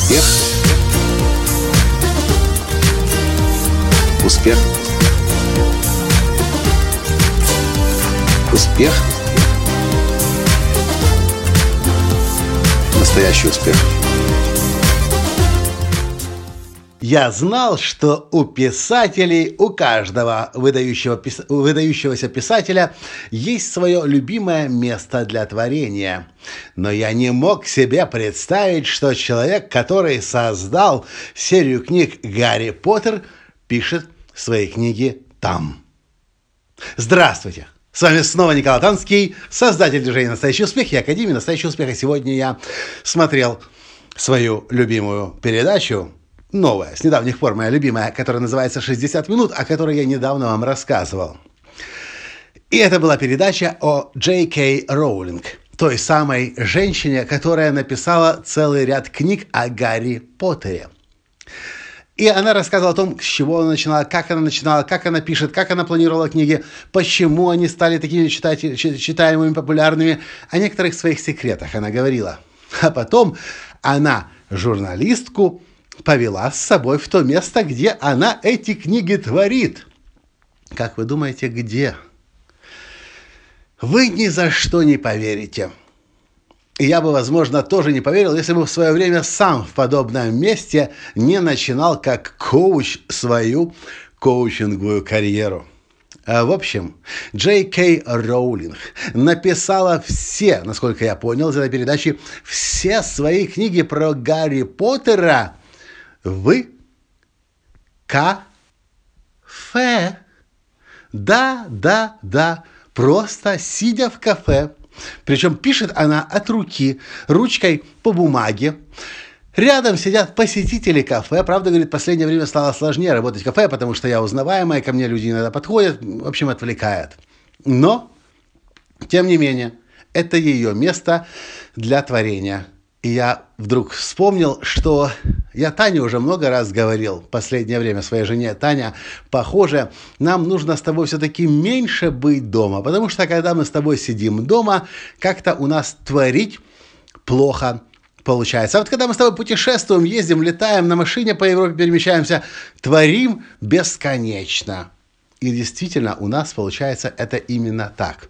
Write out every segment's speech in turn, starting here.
Успех. Успех. Успех. Настоящий успех. Я знал, что у писателей, у каждого выдающегося писателя есть свое любимое место для творения. Но я не мог себе представить, что человек, который создал серию книг «Гарри Поттер», пишет свои книги там. Здравствуйте! С вами снова Николай Танский, создатель движения «Настоящий успех» и Академии «Настоящего успеха». Сегодня я смотрел свою любимую передачу, новая, с недавних пор моя любимая, которая называется «60 минут», о которой я недавно вам рассказывал. И это была передача о Джей Кей Роулинг, той самой женщине, которая написала целый ряд книг о Гарри Поттере. И она рассказывала о том, с чего она начинала, как она пишет, как она планировала книги, почему они стали такими читаемыми, популярными. О некоторых своих секретах она говорила. А потом она журналистку повела с собой в то место, где она эти книги творит. Как вы думаете, где? Вы ни за что не поверите. И я бы, возможно, тоже не поверил, если бы в свое время сам в подобном месте не начинал как коуч свою коучинговую карьеру. В общем, Джей Кей Роулинг написала все, насколько я понял из этой передачи, все свои книги про Гарри Поттера в кафе. Да, просто сидя в кафе. Причем пишет она от руки, ручкой по бумаге. Рядом сидят посетители кафе. Правда, говорит, в последнее время стало сложнее работать в кафе, потому что я узнаваемая, ко мне люди иногда подходят, в общем, отвлекает. Но, тем не менее, это ее место для творения. И я вдруг вспомнил, что я Тане уже много раз говорил в последнее время, своей жене: Таня, похоже, нам нужно с тобой все-таки меньше быть дома, потому что когда мы с тобой сидим дома, как-то у нас творить плохо получается. А вот когда мы с тобой путешествуем, ездим, летаем на машине по Европе, перемещаемся, творим бесконечно. И действительно, у нас получается это именно так.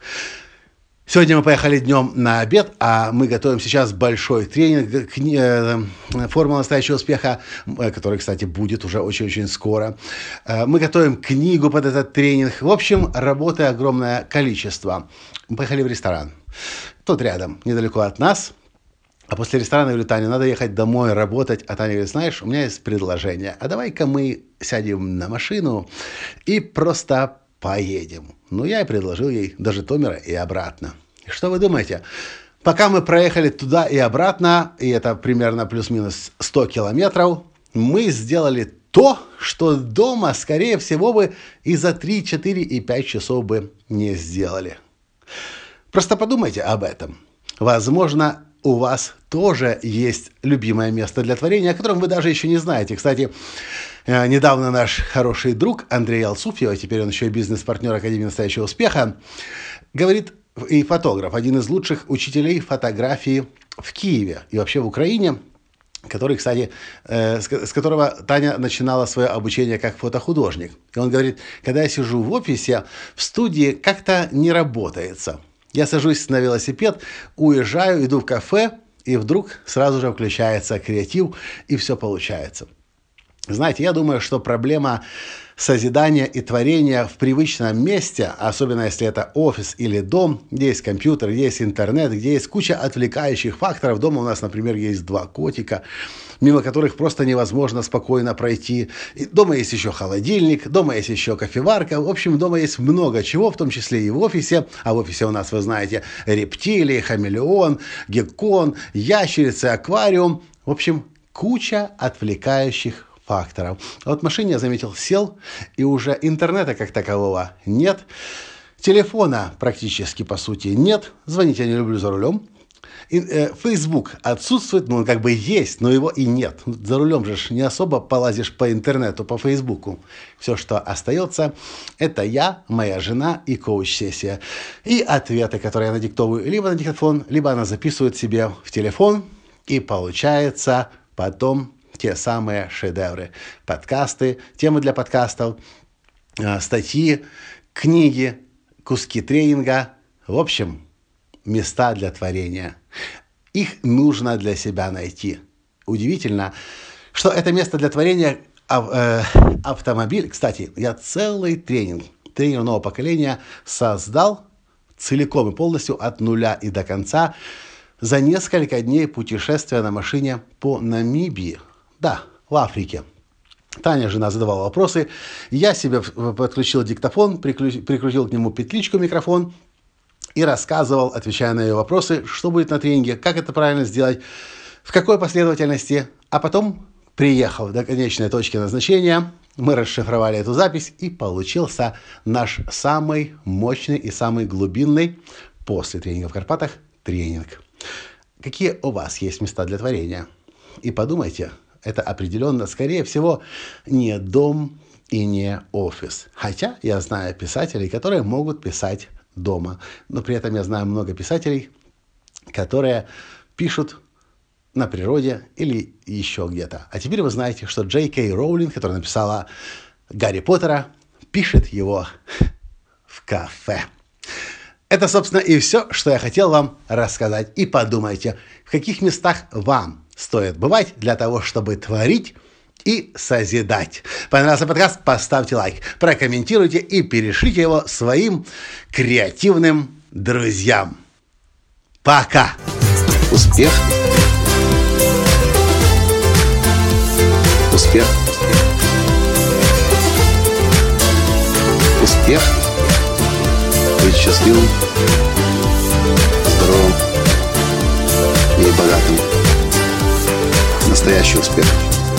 Сегодня мы поехали днем на обед, а мы готовим сейчас большой тренинг «Формула настоящего успеха», который, кстати, будет уже очень-очень скоро. Мы готовим книгу под этот тренинг. В общем, работы огромное количество. Мы поехали в ресторан. Тут рядом, недалеко от нас. А после ресторана я говорю: Таня, надо ехать домой работать. А Таня говорит: знаешь, у меня есть предложение. А давай-ка мы сядем на машину и просто поедем. Ну, я и предложил ей до Житомира и обратно. И что вы думаете? Пока мы проехали туда и обратно, и это примерно плюс-минус 100 километров, мы сделали то, что дома, скорее всего, бы и за 3, 4 и 5 часов бы не сделали. Просто подумайте об этом. Возможно, у вас тоже есть любимое место для творения, о котором вы даже еще не знаете. Кстати, недавно наш хороший друг Андрей Алсуфьев, теперь он еще и бизнес-партнер Академии настоящего успеха, говорит, и фотограф, один из лучших учителей фотографии в Киеве и вообще в Украине, который, кстати, с которого Таня начинала свое обучение как фотохудожник. И он говорит: когда я сижу в офисе, в студии как-то не работается. Я сажусь на велосипед, уезжаю, иду в кафе, и вдруг сразу же включается креатив, и все получается. Знаете, я думаю, что проблема созидания и творения в привычном месте, особенно если это офис или дом, где есть компьютер, где есть интернет, где есть куча отвлекающих факторов. Дома у нас, например, есть 2 котика, мимо которых просто невозможно спокойно пройти. И дома есть еще холодильник, дома есть еще кофеварка. В общем, дома есть много чего, в том числе и в офисе. А в офисе у нас, вы знаете, рептилии, хамелеон, геккон, ящерицы, аквариум. В общем, куча отвлекающих факторов. А вот в машине, я заметил, сел, и уже интернета как такового нет. Телефона практически, по сути, нет. Звонить я не люблю за рулем. Facebook отсутствует, ну, он как бы есть, но его и нет. За рулем же не особо полазишь по интернету, по Фейсбуку. Все, что остается, это я, моя жена и коуч-сессия. И ответы, которые я надиктовываю либо на диктофон, либо она записывает себе в телефон, и получается потом те самые шедевры. Подкасты, темы для подкастов, статьи, книги, куски тренинга. В общем, места для творения. Их нужно для себя найти. Удивительно, что это место для творения автомобиль. Кстати, я целый тренинг нового поколения создал целиком и полностью от нуля и до конца за несколько дней путешествия на машине по Намибии. Да, в Африке. Таня, жена, задавала вопросы. Я себе подключил диктофон, прикрутил к нему петличку, микрофон и рассказывал, отвечая на ее вопросы, что будет на тренинге, как это правильно сделать, в какой последовательности. А потом, приехав до конечной точки назначения, мы расшифровали эту запись, и получился наш самый мощный и самый глубинный после тренинга в Карпатах тренинг. Какие у вас есть места для творения? И подумайте, это определенно, скорее всего, не дом и не офис. Хотя я знаю писателей, которые могут писать дома. Но при этом я знаю много писателей, которые пишут на природе или еще где-то. А теперь вы знаете, что Джей Кей Роулинг, которая написала Гарри Поттера, пишет его в кафе. Это, собственно, и все, что я хотел вам рассказать. И подумайте, в каких местах вам стоит бывать для того, чтобы творить и созидать. Понравился подкаст? Поставьте лайк, прокомментируйте и перешлите его своим креативным друзьям. Пока! Успех! Успех! Успех! Быть счастливым, здоровым и богатым. Настоящий успех!